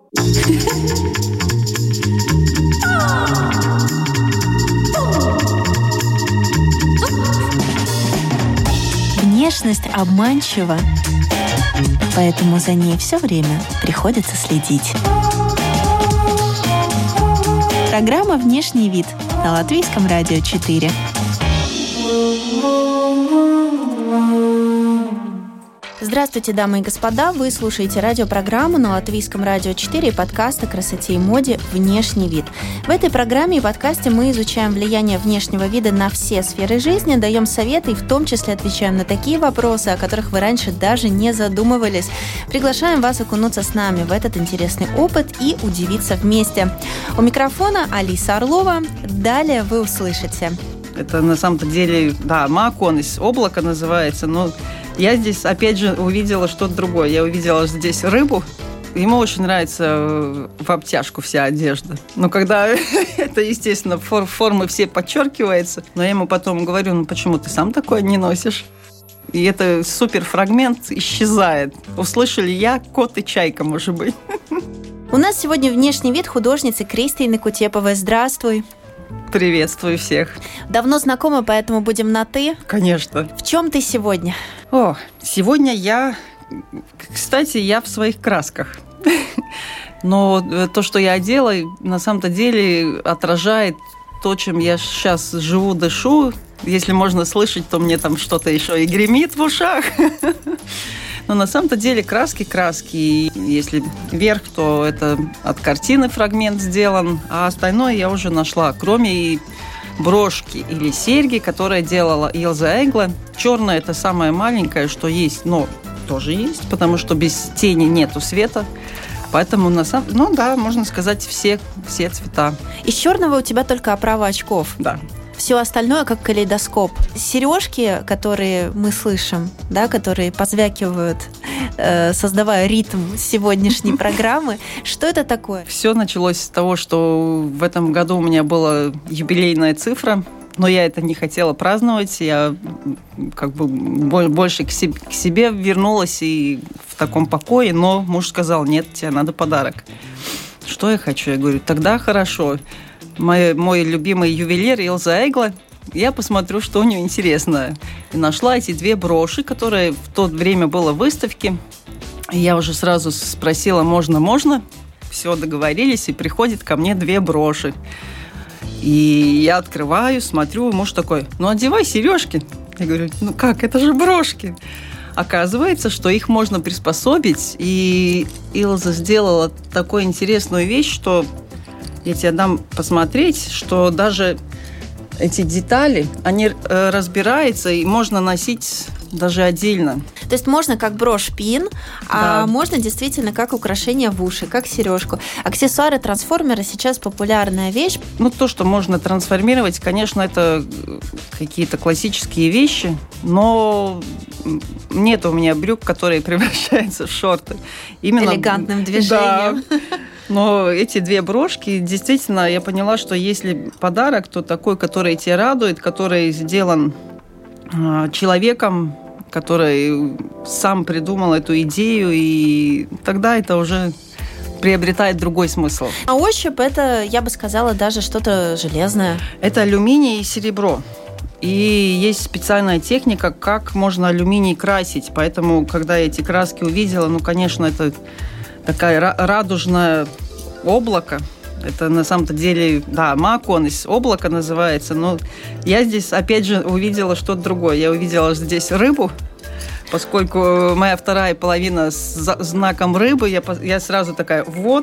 Внешность обманчива, поэтому за ней все время приходится следить. Программа «Внешний вид» на Латвийском радио 4. Здравствуйте, дамы и господа! Вы слушаете радиопрограмму на Латвийском радио 4 и подкаст о красоте и моде «Внешний вид». В этой программе и подкасте мы изучаем влияние внешнего вида на все сферы жизни, даем советы и в том числе отвечаем на такие вопросы, о которых вы раньше даже не задумывались. Приглашаем вас окунуться с нами в этот интересный опыт и удивиться вместе. У микрофона Алиса Орлова. Далее вы услышите. Это на самом-то деле, мааконис, облако называется, но я здесь, опять же, увидела что-то другое. Я увидела здесь рыбу. Ему очень нравится в обтяжку вся одежда. Но когда это, естественно, формы все подчеркивается, но я ему потом говорю, почему ты сам такое не носишь? И это суперфрагмент исчезает. Услышали я, кот и чайка, может быть. У нас сегодня внешний вид художницы Кристины Кутеповой. Здравствуй. Приветствую всех. Давно знакомы, поэтому будем на «ты». Конечно. В чем ты сегодня? Сегодня я в своих красках. Но то, что я одела, на самом-то деле отражает то, чем я сейчас живу, дышу. Если можно слышать, то мне там что-то еще и гремит в ушах. Но на самом-то деле краски. И если вверх, то это от картины фрагмент сделан, а остальное я уже нашла. Кроме брошки или серьги, которые делала Илза Эгле. Черная – это самое маленькое, что есть, но тоже есть, потому что без тени нету света. Поэтому, можно сказать, все цвета. Из черного у тебя только оправа очков. Да. Все остальное как калейдоскоп. Сережки, которые мы слышим, которые позвякивают, создавая ритм сегодняшней программы. Что это такое? Все началось с того, что в этом году у меня была юбилейная цифра, но я это не хотела праздновать. Я больше к себе вернулась и в таком покое, но муж сказал, нет, тебе надо подарок. Что я хочу? Я говорю, тогда хорошо. Мой любимый ювелир Илза Эгле, я посмотрю, что у нее интересное. И нашла эти 2 броши, которые в то время было в выставке. И я уже сразу спросила, можно? Все, договорились, и приходит ко мне 2 броши. И я открываю, смотрю, муж такой, одевай сережки. Я говорю, как, это же брошки. Оказывается, что их можно приспособить. И Илза сделала такую интересную вещь, что я тебе дам посмотреть, что даже эти детали, они разбираются, и можно носить даже отдельно. То есть можно как брошь-пин, а можно действительно как украшение в уши, как сережку. Аксессуары-трансформеры сейчас популярная вещь. То, что можно трансформировать, конечно, это какие-то классические вещи, но нет у меня брюк, которые превращаются в шорты. Именно элегантным движением. Да. Но эти 2 брошки, действительно, я поняла, что если подарок, то такой, который тебя радует, который сделан человеком, который сам придумал эту идею, и тогда это уже приобретает другой смысл. На ощупь это, я бы сказала, даже что-то железное. Это алюминий и серебро. И есть специальная техника, как можно алюминий красить. Поэтому, когда я эти краски увидела, конечно, это такая радужное облако. Это на самом-то деле, мааконис, облако называется. Но я здесь, опять же, увидела что-то другое. Я увидела здесь рыбу, поскольку моя вторая половина с знаком рыбы, я сразу такая,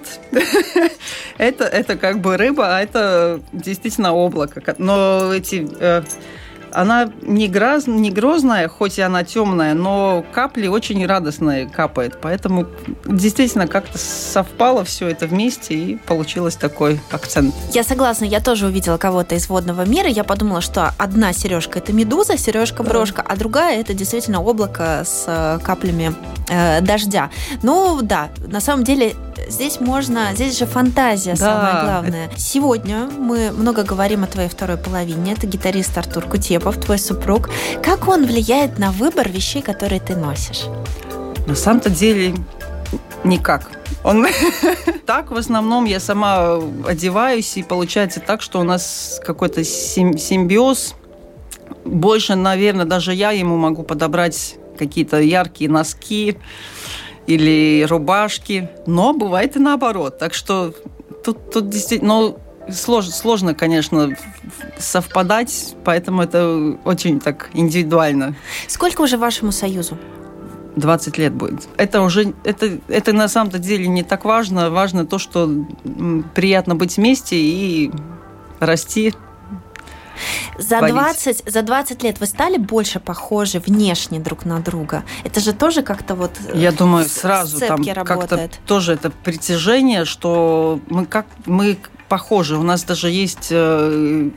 это как бы рыба, а это действительно облако. Но она не грозная, хоть и она темная, но капли очень радостные капают. Поэтому действительно как-то совпало все это вместе, и получилось такой акцент. Я согласна, я тоже увидела кого-то из водного мира. Я подумала, что одна сережка – это медуза, сережка-брошка, а другая – это действительно облако с каплями дождя. На самом деле здесь же фантазия, самое главное. Сегодня мы много говорим о твоей второй половине. Это гитарист Артур Кутепов, твой супруг. Как он влияет на выбор вещей, которые ты носишь? На самом-то деле Никак. Так, в основном, я сама одеваюсь, и получается так, что у нас какой-то симбиоз. Больше, наверное, даже я ему могу подобрать какие-то яркие носки или рубашки. Но бывает и наоборот. Так что тут действительно... Сложно, конечно, совпадать, поэтому это очень так индивидуально. Сколько уже вашему союзу? 20 лет будет. Это на самом-то деле не так важно. Важно то, что приятно быть вместе и расти. За 20 лет вы стали больше похожи внешне друг на друга? Это же тоже как-то вот я думаю, сразу там как-то тоже это притяжение, что мы похожи. У нас даже есть в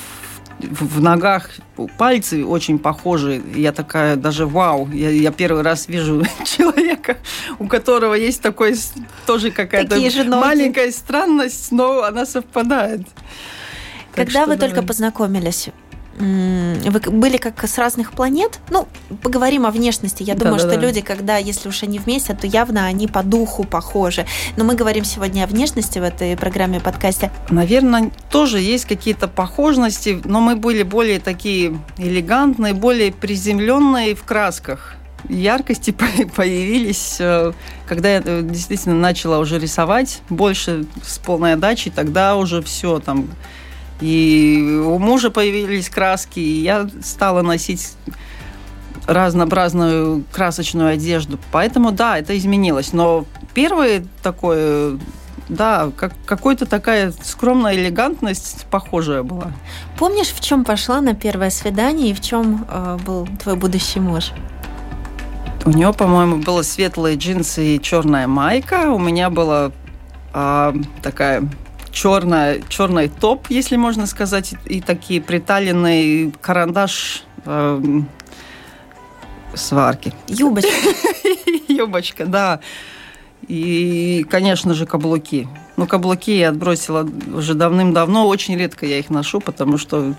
ногах пальцы очень похожи. Я такая даже вау. Я первый раз вижу человека, у которого есть такой тоже какая-то маленькая странность, но она совпадает. Когда вы только познакомились, вы были как с разных планет? Ну, поговорим о внешности. Я думаю, что люди, когда, если уж они вместе, то явно они по духу похожи. Но мы говорим сегодня о внешности в этой программе, подкасте. Наверное, тоже есть какие-то похожести, но мы были более такие элегантные, более приземленные в красках. Яркости появились, когда я действительно начала уже рисовать больше с полной отдачей, тогда уже все там... И у мужа появились краски, и я стала носить разнообразную красочную одежду. Поэтому, да, это изменилось. Но первое такое, да, какая-то такая скромная элегантность похожая была. Помнишь, в чем пошла на первое свидание и в чем был твой будущий муж? У него, по-моему, было светлые джинсы и черная майка. У меня была такая... черный топ, если можно сказать, и такие приталенные карандаш сварки. Юбочка. Юбочка, да. И, конечно же, каблуки. Ну, каблуки я отбросила уже давным-давно. Очень редко я их ношу, потому что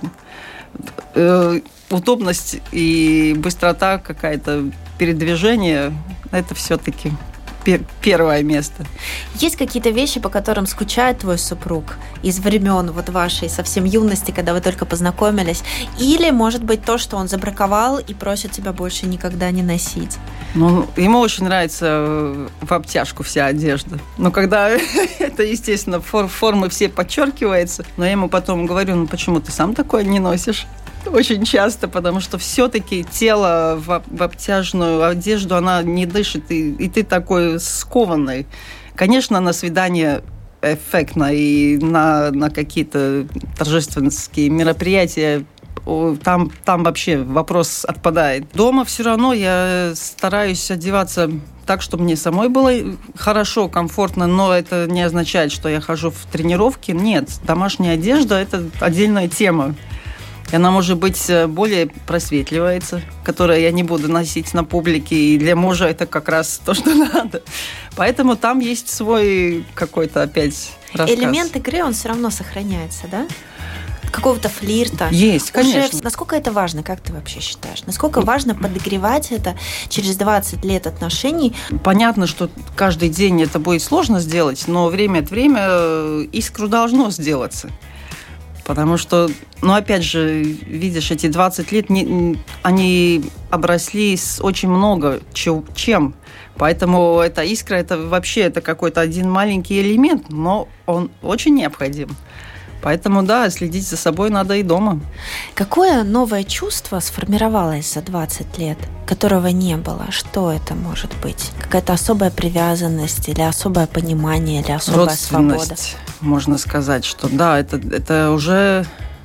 удобность и быстрота какая-то передвижения – это все-таки... первое место. Есть какие-то вещи, по которым скучает твой супруг из времен вот вашей совсем юности, когда вы только познакомились? Или, может быть, то, что он забраковал и просит тебя больше никогда не носить? Ну, ему очень нравится в обтяжку вся одежда. Но когда это, естественно, формы все подчеркиваются, но я ему потом говорю, ну почему ты сам такое не носишь? Очень часто, потому что все-таки тело в обтяжную одежду, она не дышит, и ты такой скованный. Конечно, на свидание эффектно, и на какие-то торжественские мероприятия там вообще вопрос отпадает. Дома все равно я стараюсь одеваться так, чтобы мне самой было хорошо, комфортно, но это не означает, что я хожу в тренировки. Нет, домашняя одежда – это отдельная тема. И она, может быть, более просветливается, которую я не буду носить на публике. И для мужа это как раз то, что надо. Поэтому там есть свой какой-то опять рассказ. Элемент игры, он все равно сохраняется, да? Какого-то флирта. Есть, конечно. Насколько это важно, как ты вообще считаешь? Насколько важно подогревать это через 20 лет отношений? Понятно, что каждый день это будет сложно сделать, но время от времени искру должно сделаться. Потому что, ну, опять же, видишь, эти 20 лет, они обросли с очень много чем. Поэтому эта искра, это вообще это какой-то один маленький элемент, но он очень необходим. Поэтому, да, следить за собой надо и дома. Какое новое чувство сформировалось за 20 лет, которого не было? Что это может быть? Какая-то особая привязанность или особое понимание, или особая свобода? Можно сказать, что да, это уже...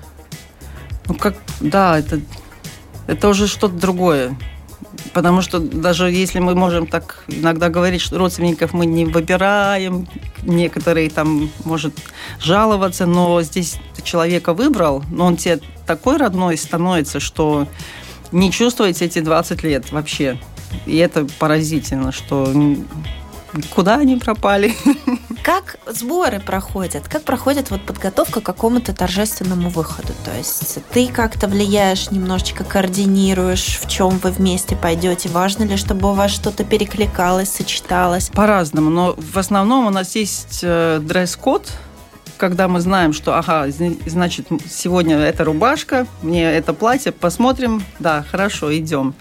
Ну, как... Да, это уже что-то другое. Потому что даже если мы можем так иногда говорить, что родственников мы не выбираем, некоторые там, может, жаловаться, но здесь ты человека выбрал, но он тебе такой родной становится, что не чувствуете эти 20 лет вообще. И это поразительно, что куда они пропали. Как сборы проходят? Как проходит вот подготовка к какому-то торжественному выходу? То есть ты как-то влияешь, немножечко координируешь, в чем вы вместе пойдете? Важно ли, чтобы у вас что-то перекликалось, сочеталось? По-разному, но в основном у нас есть дресс-код, когда мы знаем, что, значит, сегодня эта рубашка, мне это платье, посмотрим, да, хорошо, идем.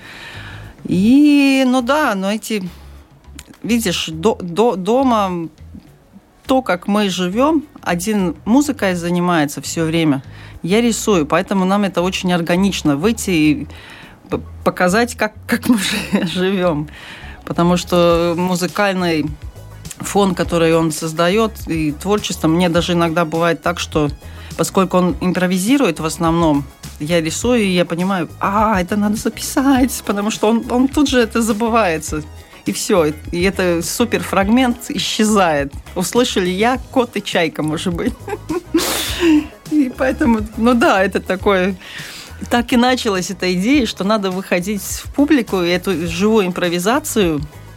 И, эти, видишь, дома то, как мы живем, один музыкой занимается все время, я рисую, поэтому нам это очень органично, выйти и показать, как мы живем, потому что музыкальный фон, который он создает, и творчество, мне даже иногда бывает так, что поскольку он импровизирует в основном, я рисую, и я понимаю, это надо записать, потому что он тут же это забывается. И все. И это суперфрагмент исчезает. Услышали я, кот и чайка, может быть. И поэтому, это такое... Так и началась эта идея, что надо выходить в публику и эту живую импровизацию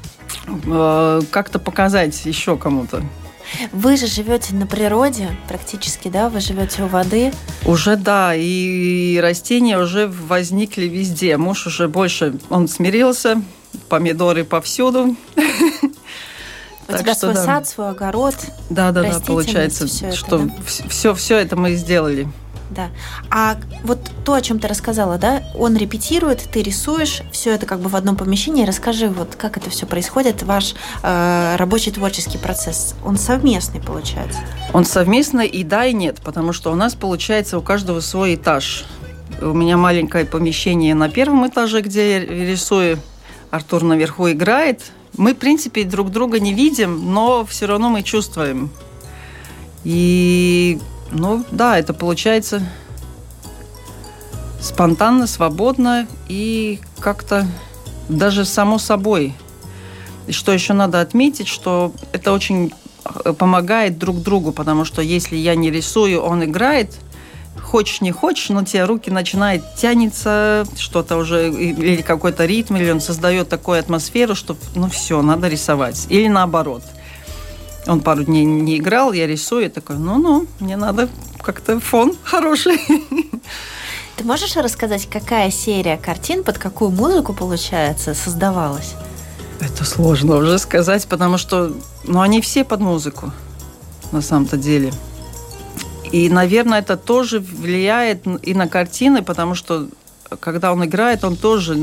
как-то показать еще кому-то. Вы же живете на природе практически, да? Вы живете у воды. Уже, да, и растения уже возникли везде. Муж уже больше, он смирился, помидоры повсюду. У тебя свой сад, свой огород. Да, получается, что все это мы сделали. Да. А вот то, о чем ты рассказала, да, он репетирует, ты рисуешь, все это как бы в одном помещении. Расскажи, вот как это все происходит, ваш рабочий творческий процесс. Он совместный, получается? Он совместный и да, и нет, потому что у нас, получается, у каждого свой этаж. У меня маленькое помещение на первом этаже, где я рисую, Артур наверху играет. Мы, в принципе, друг друга не видим, но все равно мы чувствуем. И... это получается спонтанно, свободно и как-то даже само собой. И что еще надо отметить, что это очень помогает друг другу, потому что если я не рисую, он играет, хочешь не хочешь, но тебе руки начинают тянется, что-то уже, или какой-то ритм, или он создает такую атмосферу, что все, надо рисовать. Или наоборот. Он пару дней не играл, я рисую, я такой, мне надо как-то фон хороший. Ты можешь рассказать, какая серия картин, под какую музыку, получается, создавалась? Это сложно уже сказать, потому что, они все под музыку, на самом-то деле. И, наверное, это тоже влияет и на картины, потому что, когда он играет, он тоже...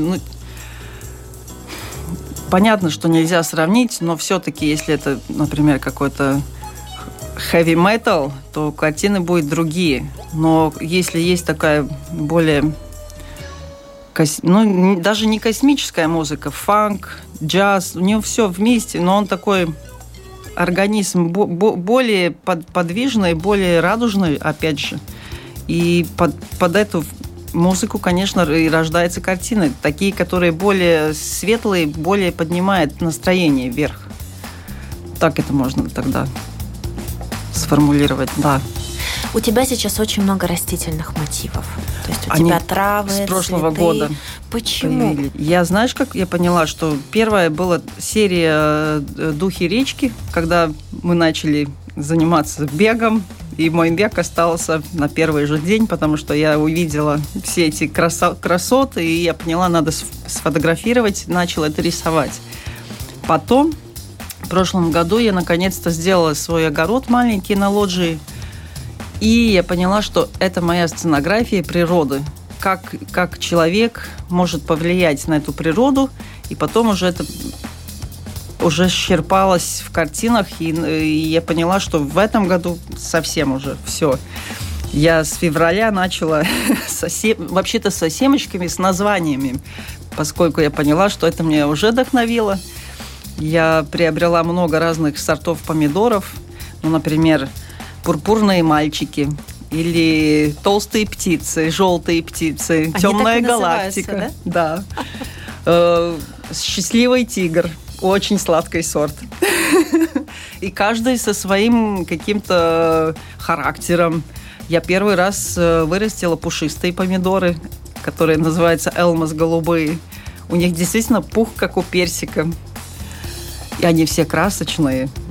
Понятно, что нельзя сравнить, но все-таки, если это, например, какой-то heavy metal, то картины будут другие. Но если есть такая более, даже не космическая музыка, фанк, джаз, у него все вместе, но он такой организм более подвижный, более радужный, опять же. И под эту музыку, конечно, и рождаются картины. Такие, которые более светлые, более поднимают настроение вверх. Так это можно тогда сформулировать, да. У тебя сейчас очень много растительных мотивов. То есть у тебя травы, с прошлого цветы. года. Почему? Я, знаешь, как я поняла, что первая была серия «Духи речки», когда мы начали заниматься бегом, и мой бег остался на первый же день, потому что я увидела все эти красоты, и я поняла, надо сфотографировать, начала это рисовать. Потом, в прошлом году, я наконец-то сделала свой огород маленький на лоджии, и я поняла, что это моя сценография природы. Как человек может повлиять на эту природу, и потом уже это уже черпалось в картинах, и я поняла, что в этом году совсем уже все. Я с февраля начала вообще-то со семечками, с названиями, поскольку я поняла, что это меня уже вдохновило. Я приобрела много разных сортов помидоров, например, пурпурные мальчики, или толстые птицы, желтые птицы, они темная галактика. Да? Да. Счастливый тигр. Очень сладкий сорт. И каждый со своим каким-то характером. Я первый раз вырастила пушистые помидоры, которые называются элмас голубые. У них действительно пух, как у персика. И они все красочные.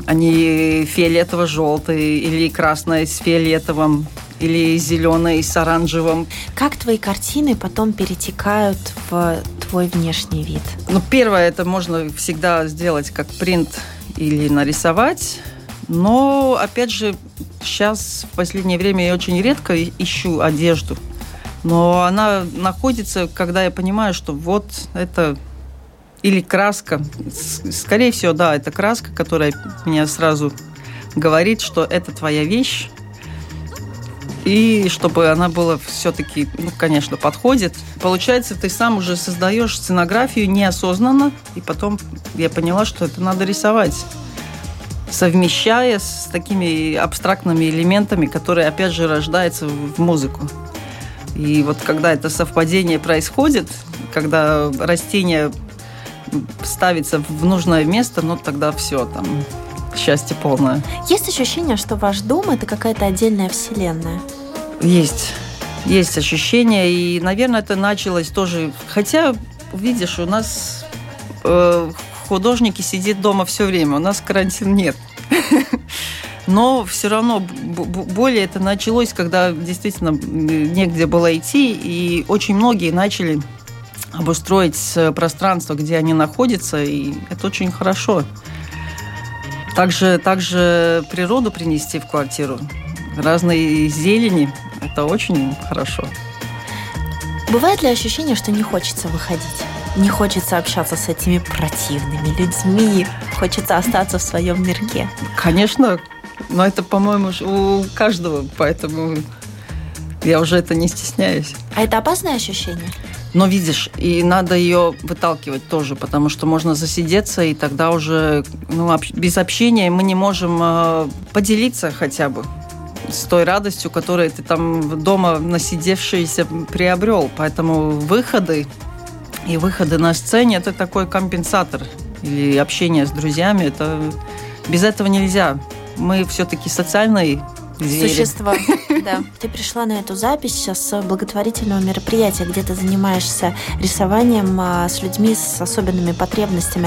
Они фиолетово-желтые, или красное с фиолетовым, или зеленое с оранжевым. Как твои картины потом перетекают в твой внешний вид? Первое, это можно всегда сделать как принт или нарисовать. Но, опять же, сейчас в последнее время я очень редко ищу одежду. Но она находится, когда я понимаю, что вот это... Или краска. Скорее всего, да, это краска, которая меня сразу говорит, что это твоя вещь. И чтобы она была все-таки, конечно, подходит. Получается, ты сам уже создаешь сценографию неосознанно. И потом я поняла, что это надо рисовать, совмещая с такими абстрактными элементами, которые, опять же, рождаются в музыку. И вот когда это совпадение происходит, когда растение ставится в нужное место, тогда все, там, счастье полное. Есть ощущение, что ваш дом – это какая-то отдельная вселенная? Есть ощущение, и, наверное, это началось тоже... Хотя, видишь, у нас художники сидят дома все время, у нас карантин нет. Но все равно более это началось, когда действительно негде было идти, и очень многие начали обустроить пространство, где они находятся, и это очень хорошо. Также природу принести в квартиру, разные зелени, это очень хорошо. Бывает ли ощущение, что не хочется выходить? Не хочется общаться с этими противными людьми? Хочется остаться в своем мирке? Конечно, но это, по-моему, у каждого, поэтому я уже это не стесняюсь. А это опасное ощущение? Но видишь, и надо ее выталкивать тоже, потому что можно засидеться, и тогда уже без общения мы не можем поделиться хотя бы с той радостью, которую ты там дома насидевшийся приобрел. Поэтому выходы на сцене – это такой компенсатор. Или общение с друзьями – это без этого нельзя. Мы все-таки социальные звери. Существа. Да. Ты пришла на эту запись с благотворительного мероприятия, где ты занимаешься рисованием с людьми с особенными потребностями.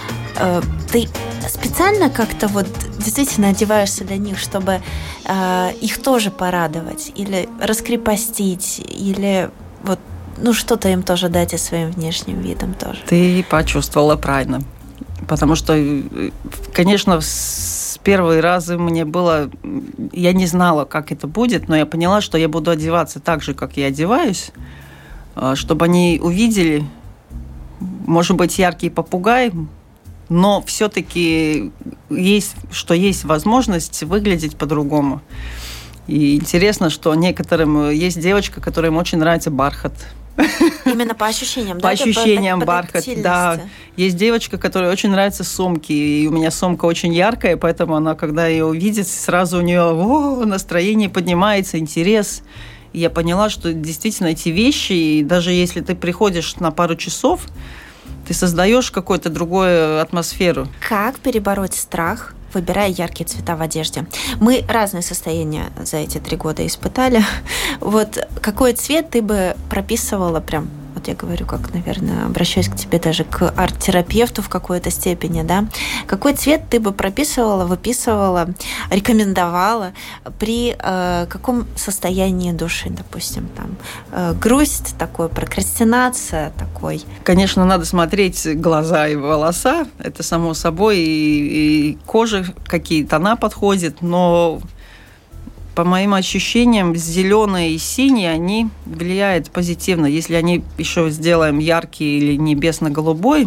Ты специально как-то действительно одеваешься для них, чтобы их тоже порадовать, или раскрепостить, или что-то им тоже дать и своим внешним видом тоже? Ты почувствовала правильно. Потому что, конечно, с первые разы мне было... Я не знала, как это будет, но я поняла, что я буду одеваться так же, как я одеваюсь, чтобы они увидели, может быть, яркий попугай, но все-таки есть возможность выглядеть по-другому. И интересно, что некоторым есть девочка, которым очень нравится бархат. Именно по ощущениям, да? По ощущениям бархат, да. Есть девочка, которой очень нравятся сумки, и у меня сумка очень яркая, поэтому она, когда ее увидит, сразу у нее настроение поднимается, интерес. И я поняла, что действительно эти вещи, и даже если ты приходишь на пару часов, ты создаешь какую-то другую атмосферу. Как перебороть страх, выбирая яркие цвета в одежде? Мы разные состояния за эти 3 года испытали. Какой цвет ты бы прописывала прям? Я говорю, как, наверное, обращаюсь к тебе даже к арт-терапевту в какой-то степени, да? Какой цвет ты бы прописывала, выписывала, рекомендовала при каком состоянии души, допустим, там грусть такой, прокрастинация такой? Конечно, надо смотреть глаза и волоса, это само собой, и кожа, какие тона подходят, но по моим ощущениям, зеленые и синие, они влияют позитивно. Если они еще сделаем яркий или небесно-голубой,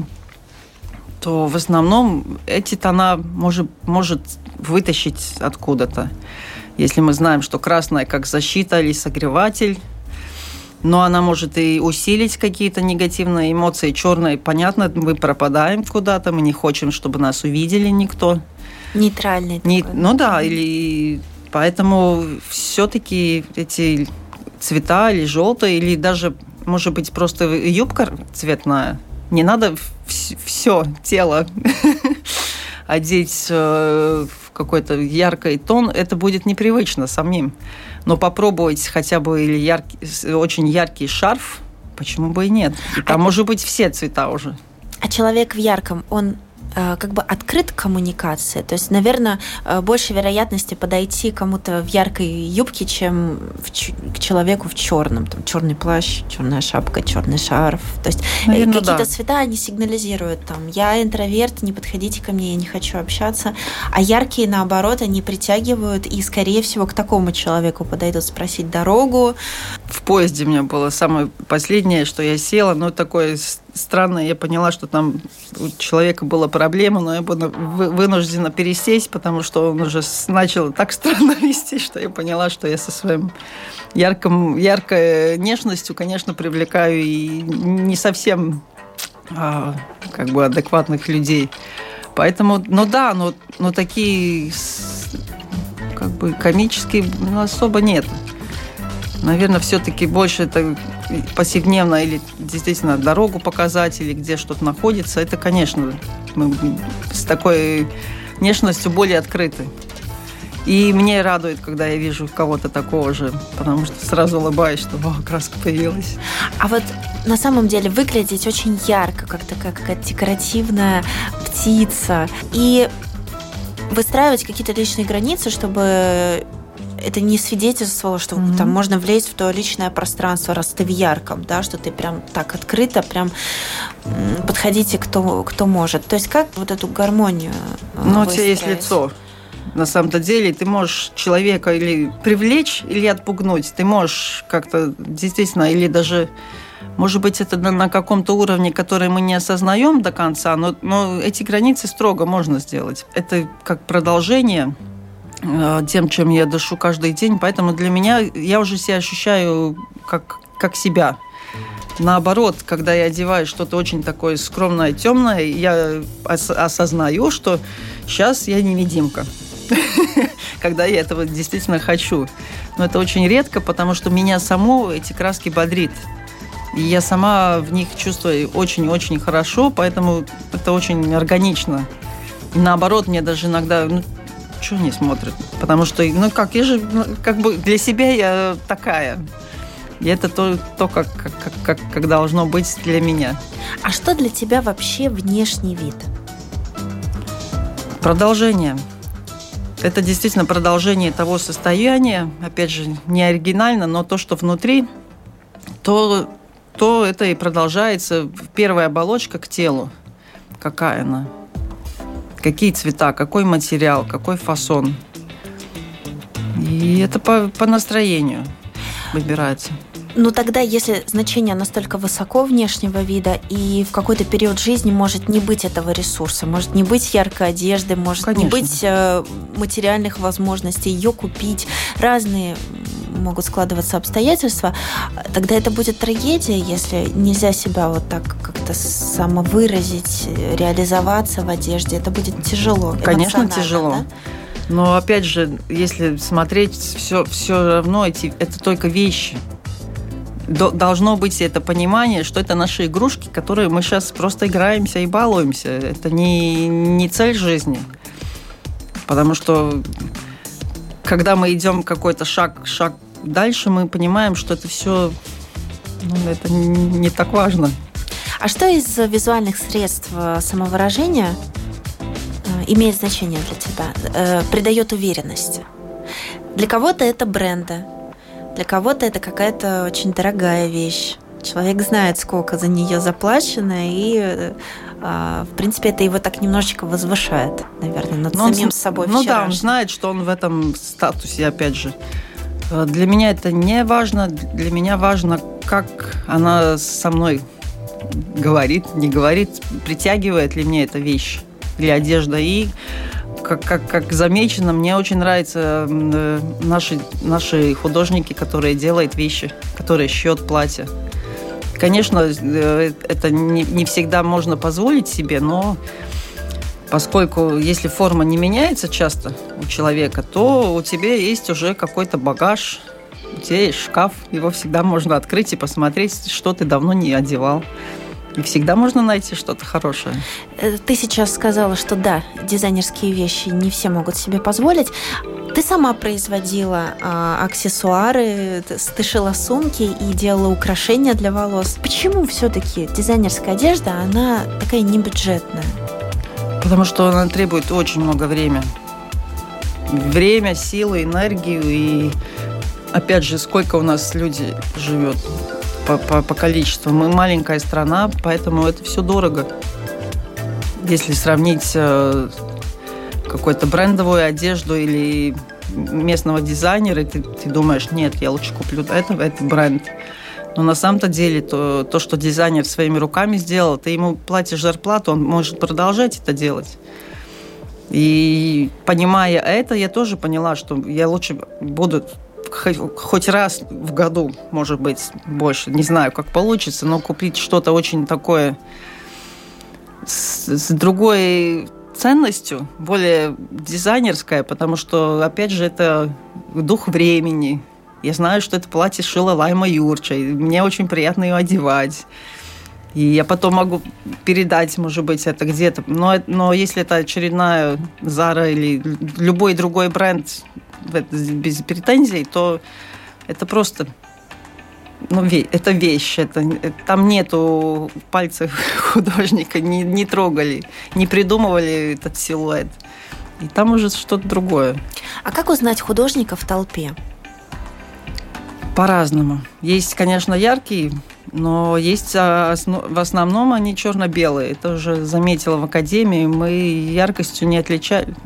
то в основном эти тона может вытащить откуда-то. Если мы знаем, что красная как защита или согреватель, но она может и усилить какие-то негативные эмоции. Черная, понятно, мы пропадаем куда-то, мы не хотим, чтобы нас увидели никто. Нейтральный такой. Да, или... Поэтому все-таки эти цвета или желтые, или даже, может быть, просто юбка цветная. Не надо все тело одеть в какой-то яркий тон. Это будет непривычно самим. Но попробовать хотя бы очень яркий шарф, почему бы и нет. И там может быть все цвета уже. А человек в ярком, он как бы открыт к коммуникации. То есть, наверное, больше вероятности подойти кому-то в яркой юбке, чем к человеку в черном. Там черный плащ, черная шапка, черный шарф. То есть какие-то цвета, они сигнализируют. Там, я интроверт, не подходите ко мне, я не хочу общаться. А яркие, наоборот, они притягивают и, скорее всего, к такому человеку подойдут спросить дорогу. В поезде у меня было самое последнее, что я села, такое странное, я поняла, что там у человека была проблема, но я была вынуждена пересесть, потому что он уже начал так странно вести, что я поняла, что я со своим яркой внешностью, конечно, привлекаю и не совсем адекватных людей. Поэтому, такие комические особо нет. Наверное, все-таки больше это повседневно или действительно дорогу показать, или где что-то находится. Это, конечно, мы с такой внешностью более открыты. И мне радует, когда я вижу кого-то такого же, потому что сразу улыбаюсь, что краска появилась. А вот на самом деле выглядеть очень ярко, как такая какая-то декоративная птица. И выстраивать какие-то личные границы, чтобы это не свидетельствовало, что там можно влезть в то личное пространство, раз ты в ярком, да, что ты прям так открыто, прям подходите, кто может. То есть как вот эту гармонию у тебя есть лицо. На самом-то деле ты можешь человека или привлечь, или отпугнуть. Ты можешь как-то действительно, или даже, может быть, это на каком-то уровне, который мы не осознаем до конца, но эти границы строго можно сделать. Это как продолжение тем, чем я дышу каждый день. Поэтому для меня я уже себя ощущаю как себя. Наоборот, когда я одеваю что-то очень такое скромное, темное, я осознаю, что сейчас я невидимка. Когда я этого действительно хочу. Но это очень редко, потому что меня саму эти краски бодрит. И я сама в них чувствую очень-очень хорошо, поэтому это очень органично. И наоборот, мне даже иногда... что не смотрят? Потому что, я же для себя я такая. И это то как должно быть для меня. А что для тебя вообще внешний вид? Продолжение. Это действительно продолжение того состояния, опять же, не оригинально, но то, что внутри, то это и продолжается. Первая оболочка к телу. Какая она? Какие цвета, какой материал, какой фасон. И это по настроению выбирается. Тогда, если значение настолько высоко внешнего вида, и в какой-то период жизни может не быть этого ресурса, может не быть яркой одежды, может Конечно. не быть материальных возможностей ее купить, разные могут складываться обстоятельства, тогда это будет трагедия, если нельзя себя вот так как-то самовыразить, реализоваться в одежде. Это будет тяжело. Конечно, тяжело. Да? Но опять же, если смотреть, все равно это только вещи. Должно быть это понимание, что это наши игрушки, которые мы сейчас просто играемся и балуемся. Это не цель жизни. Потому что когда мы идем какой-то шаг дальше, мы понимаем, что это все это не так важно. А что из визуальных средств самовыражения имеет значение для тебя, придает уверенности? Для кого-то это бренды, для кого-то это какая-то очень дорогая вещь. Человек знает, сколько за нее заплачено, и, в принципе, это его так немножечко возвышает, наверное, над самим собой вчерашним. Да, он знает, что он в этом статусе, опять же. Для меня это не важно. Для меня важно, как она со мной говорит, не говорит, притягивает ли мне эта вещь или одежда. И как замечено, мне очень нравятся наши художники, которые делают вещи, которые шьют платья. Конечно, это не всегда можно позволить себе, но поскольку если форма не меняется часто у человека, то у тебя есть уже какой-то багаж, у тебя есть шкаф, его всегда можно открыть и посмотреть, что ты давно не одевал. И всегда можно найти что-то хорошее. Ты сейчас сказала, что да, дизайнерские вещи не все могут себе позволить. Ты сама производила аксессуары, ты шила сумки и делала украшения для волос. Почему все-таки дизайнерская одежда, она такая небюджетная? Потому что она требует очень много времени. Время, силы, энергию. И опять же, сколько у нас людей живет по количеству. Мы маленькая страна, поэтому это все дорого. Если сравнить какую-то брендовую одежду или местного дизайнера, ты думаешь, нет, я лучше куплю этот бренд. Но на самом-то деле то, что дизайнер своими руками сделал, ты ему платишь зарплату, он может продолжать это делать. И понимая это, я тоже поняла, что я лучше буду хоть раз в году, может быть, больше, не знаю, как получится, но купить что-то очень такое с другой ценностью, более дизайнерское, потому что, опять же, это дух времени. Я знаю, что это платье шила Лайма Юрча, и мне очень приятно ее одевать. И я потом могу передать, может быть, это где-то. Но если это очередная Zara или любой другой бренд без претензий, то это просто... это вещь. Там нету пальцев художника, не трогали, не придумывали этот силуэт. И там уже что-то другое. А как узнать художника в толпе? По-разному. Есть, конечно, яркие, но есть в основном они черно-белые. Это уже заметила в академии. Мы яркостью не отличаем.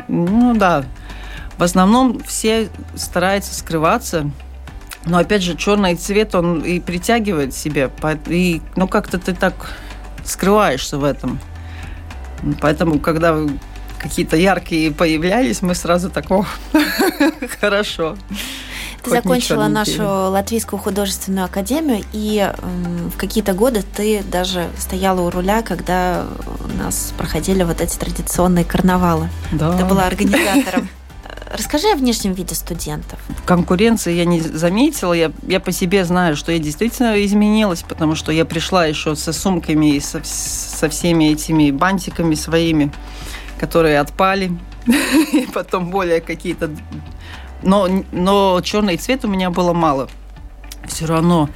В основном все стараются скрываться. Но, опять же, черный цвет, он и притягивает себя. И, как-то ты так скрываешься в этом. Поэтому, когда какие-то яркие появлялись, мы сразу так, хорошо. Ты закончила нашу Латвийскую художественную академию, и в какие-то годы ты даже стояла у руля, когда у нас проходили вот эти традиционные карнавалы. Да. Ты была организатором. Расскажи о внешнем виде студентов. Конкуренции я не заметила. Я по себе знаю, что я действительно изменилась, потому что я пришла еще со сумками и со всеми этими бантиками своими, которые отпали, и потом более какие-то... Но черный цвет у меня было мало. Все равно.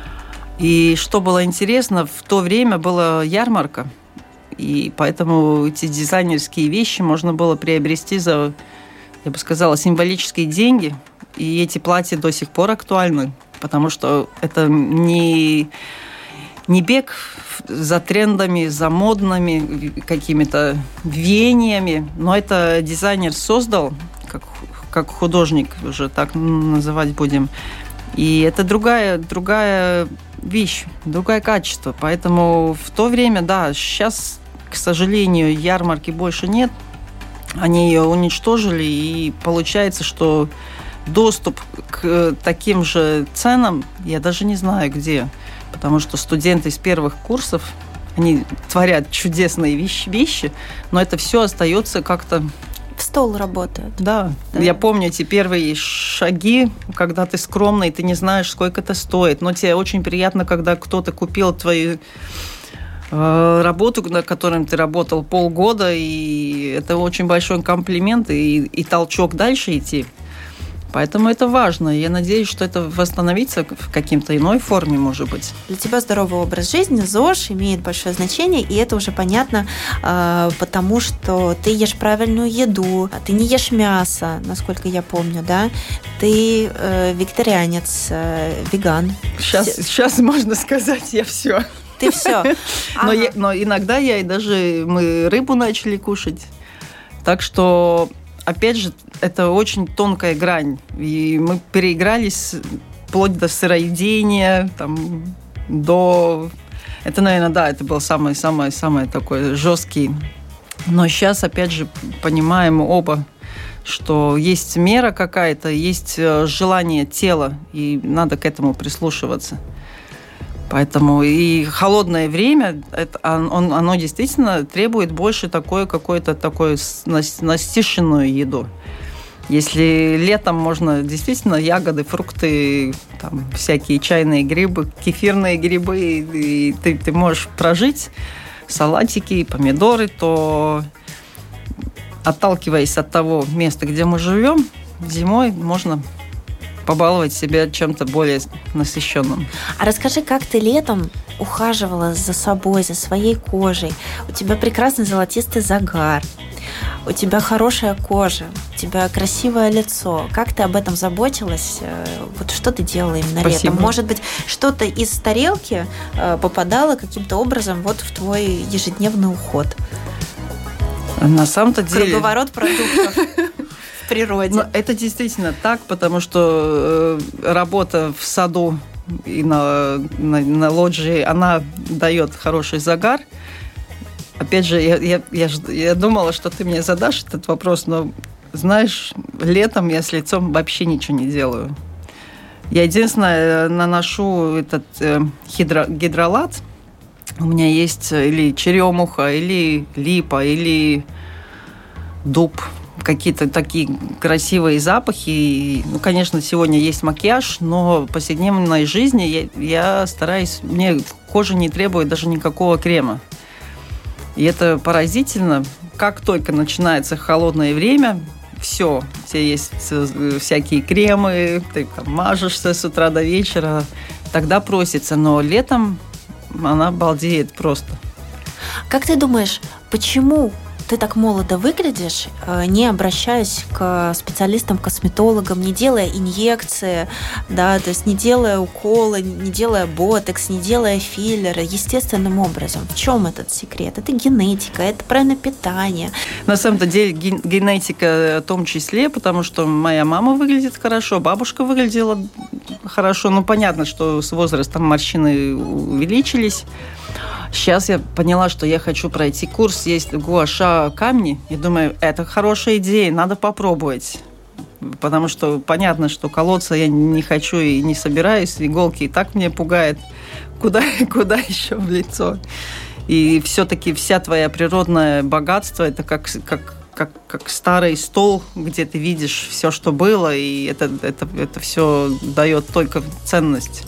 И что было интересно, в то время была ярмарка, и поэтому эти дизайнерские вещи можно было приобрести за, я бы сказала, символические деньги. И эти платья до сих пор актуальны, потому что это не бег за трендами, за модными какими-то веяниями, но это дизайнер создал, как художник, уже так называть будем. И это другая вещь, другое качество. Поэтому в то время, сейчас, к сожалению, ярмарки больше нет. Они ее уничтожили, и получается, что доступ к таким же ценам я даже не знаю где. Потому что студенты из первых курсов, они творят чудесные вещи, но это все остается как-то... В стол работают. Да. Я помню эти первые шаги, когда ты скромный, ты не знаешь, сколько это стоит. Но тебе очень приятно, когда кто-то купил твою работу, над которой ты работал полгода, и это очень большой комплимент и толчок дальше идти. Поэтому это важно. Я надеюсь, что это восстановится в каким-то иной форме, может быть. Для тебя здоровый образ жизни, ЗОЖ, имеет большое значение, и это уже понятно, потому что ты ешь правильную еду, ты не ешь мясо, насколько я помню, да? Ты вегетарианец, веган. Сейчас можно сказать, я все. Ты все. Но иногда мы рыбу начали кушать. Так что... Опять же, это очень тонкая грань. И мы переигрались вплоть до сыроедения, до... Это, наверное, это был самый такой жесткий. Но сейчас, опять же, понимаем оба, что есть мера какая-то, есть желание тела, и надо к этому прислушиваться. Поэтому и холодное время, оно действительно требует больше какой-то такой насыщенную еду. Если летом можно действительно ягоды, фрукты, всякие чайные грибы, кефирные грибы, и ты можешь прожить салатики, помидоры, то, отталкиваясь от того места, где мы живем, зимой можно побаловать себя чем-то более насыщенным. А расскажи, как ты летом ухаживала за собой, за своей кожей? У тебя прекрасный золотистый загар, у тебя хорошая кожа, у тебя красивое лицо. Как ты об этом заботилась? Вот что ты делала именно летом? Может быть, что-то из тарелки попадало каким-то образом вот в твой ежедневный уход? На самом-то деле... Круговорот продуктов в природе. Но это действительно так, потому что работа в саду и на лоджии, она дает хороший загар. Опять же, я думала, что ты мне задашь этот вопрос, но, знаешь, летом я с лицом вообще ничего не делаю. Я единственное наношу этот гидролат. У меня есть или черемуха, или липа, или дуб. Какие-то такие красивые запахи. Ну, конечно, сегодня есть макияж, но в повседневной жизни я стараюсь... Мне кожа не требует даже никакого крема. И это поразительно. Как только начинается холодное время, все есть всякие кремы, ты там мажешься с утра до вечера, тогда просится. Но летом она балдеет просто. Как ты думаешь, почему ты так молодо выглядишь, не обращаясь к специалистам-косметологам, не делая инъекции, да, то есть не делая уколы, не делая ботокс, не делая филлеры, естественным образом? В чем этот секрет? Это генетика, это правильное питание. На самом-то деле генетика в том числе, потому что моя мама выглядит хорошо, бабушка выглядела хорошо. Ну, понятно, что с возрастом морщины увеличились. Сейчас я поняла, что я хочу пройти курс. Есть гуаша камни. Я думаю, это хорошая идея, надо попробовать. Потому что понятно, что колоться я не хочу и не собираюсь. Иголки и так меня пугает. Куда еще в лицо? И все-таки вся твоя природное богатство, это как старый стол, где ты видишь все, что было, и это все дает только ценность.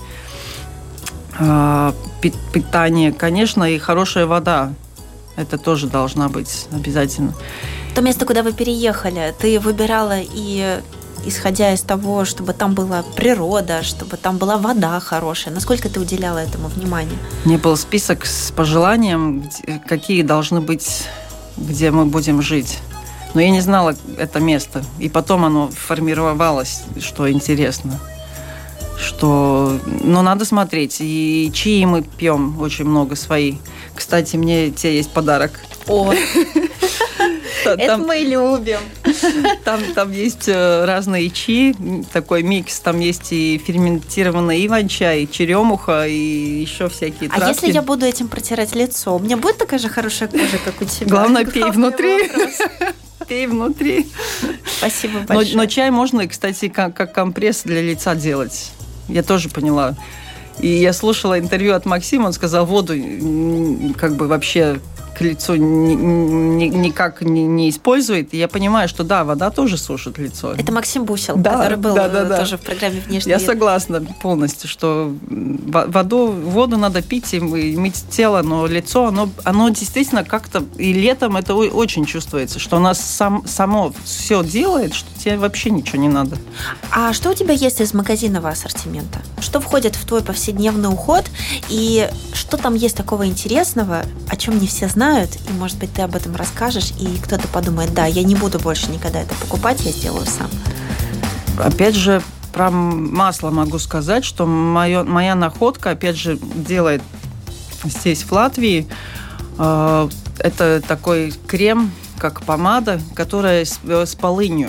Питание, конечно, и хорошая вода. Это тоже должна быть обязательно. То место, куда вы переехали, ты выбирала и исходя из того, чтобы там была природа, чтобы там была вода хорошая. Насколько ты уделяла этому внимание? У меня был список с пожеланием, какие должны быть, где мы будем жить. Но я не знала это место. И потом оно формировалось, что интересно. Но надо смотреть. И чаи мы пьем очень много свои. Кстати, мне тебе есть подарок. О, это мы любим. Там есть разные чаи, такой микс. Там есть и ферментированный иван-чай, и черемуха, и еще всякие травки. А если я буду этим протирать лицо, у меня будет такая же хорошая кожа, как у тебя? Главное, пей внутри. Пей внутри. Спасибо большое. Но чай можно, кстати, как компресс для лица делать. Я тоже поняла. И я слушала интервью от Максима, он сказал, воду как бы вообще к лицу никак не использует. И я понимаю, что да, вода тоже сушит лицо. Это Максим Бусел, который был тоже в программе «Внешний вид». Я согласна полностью, что воду надо пить и мыть тело, но лицо, оно действительно как-то... И летом это очень чувствуется, что оно само все делает, что тебе вообще ничего не надо. А что у тебя есть из магазинного ассортимента? Что входит в твой повседневный уход? И что там есть такого интересного, о чем не все знают? И, может быть, ты об этом расскажешь, и кто-то подумает, да, я не буду больше никогда это покупать, я сделаю сам. Опять же, про масло могу сказать, что моя находка, опять же, делает здесь, в Латвии, это такой крем, как помада, которая с полынью.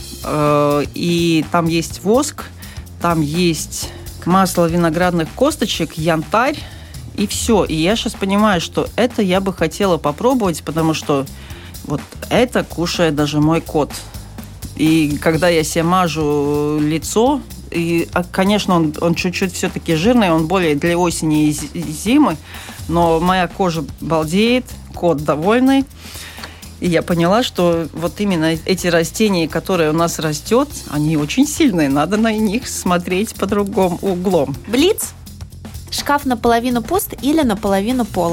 И там есть воск, там есть масло виноградных косточек, янтарь, и все. И я сейчас понимаю, что это я бы хотела попробовать, потому что вот это кушает даже мой кот. И когда я себе мажу лицо, и, конечно, он чуть-чуть все-таки жирный, он более для осени и зимы, но моя кожа балдеет, кот довольный. И я поняла, что вот именно эти растения, которые у нас растет, они очень сильные, надо на них смотреть по другому углом. Блиц? Шкаф наполовину пуст или наполовину полон?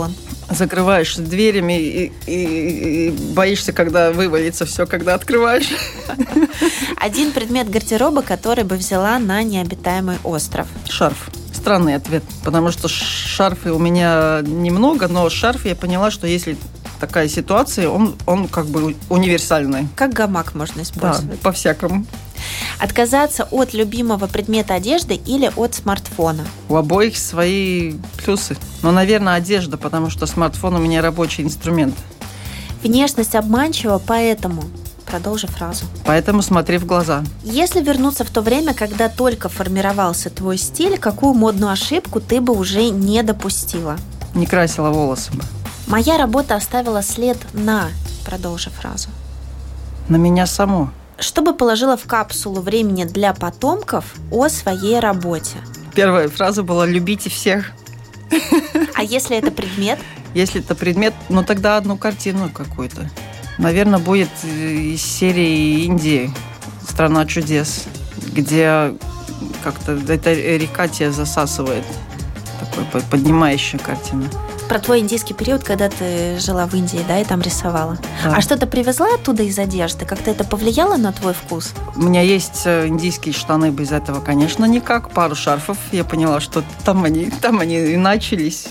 закрываешь дверями и боишься, когда вывалится все, когда открываешь. Один предмет гардероба, который бы взяла на необитаемый остров. Шарф. Странный ответ, потому что шарфы у меня немного, но шарф я поняла, что если такая ситуация, он как бы универсальный. Как гамак можно использовать. Да, по-всякому. Отказаться от любимого предмета одежды или от смартфона? У обоих свои плюсы. Но, наверное, одежда, потому что смартфон у меня рабочий инструмент. Внешность обманчива, поэтому... Продолжи фразу. Поэтому смотри в глаза. Если вернуться в то время, когда только формировался твой стиль, какую модную ошибку ты бы уже не допустила? Не красила волосы бы. Моя работа оставила след на... Продолжи фразу. На меня саму. Что бы положила в капсулу времени для потомков о своей работе? Первая фраза была «любите всех». А если это предмет? Если это предмет, ну тогда одну картину какую-то. Наверное, будет из серии Индии «Страна чудес», где как-то эта река тебя засасывает. Такой поднимающая картина. Про твой индийский период, когда ты жила в Индии, да, и там рисовала. Да. А что-то привезла оттуда из одежды? Как-то это повлияло на твой вкус? У меня есть индийские штаны, без этого, конечно, никак. Пару шарфов. Я поняла, что там они и начались.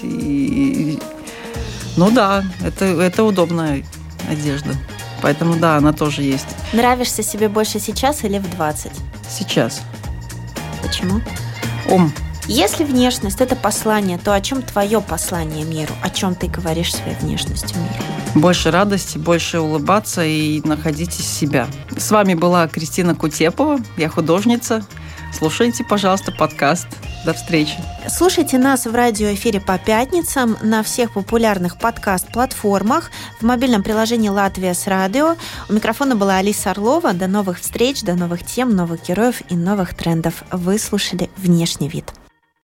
Ну да, это удобная одежда. Поэтому да, она тоже есть. Нравишься себе больше сейчас или в 20? Сейчас. Почему? Ум. Если внешность – это послание, то о чем твое послание миру? О чем ты говоришь своей внешностью миру? Больше радости, больше улыбаться и находите себя. С вами была Кристина Кутепова, я художница. Слушайте, пожалуйста, подкаст. До встречи. Слушайте нас в радиоэфире по пятницам на всех популярных подкаст-платформах, в мобильном приложении «Латвия с радио». У микрофона была Алиса Орлова. До новых встреч, до новых тем, новых героев и новых трендов. Вы слушали «Внешний вид».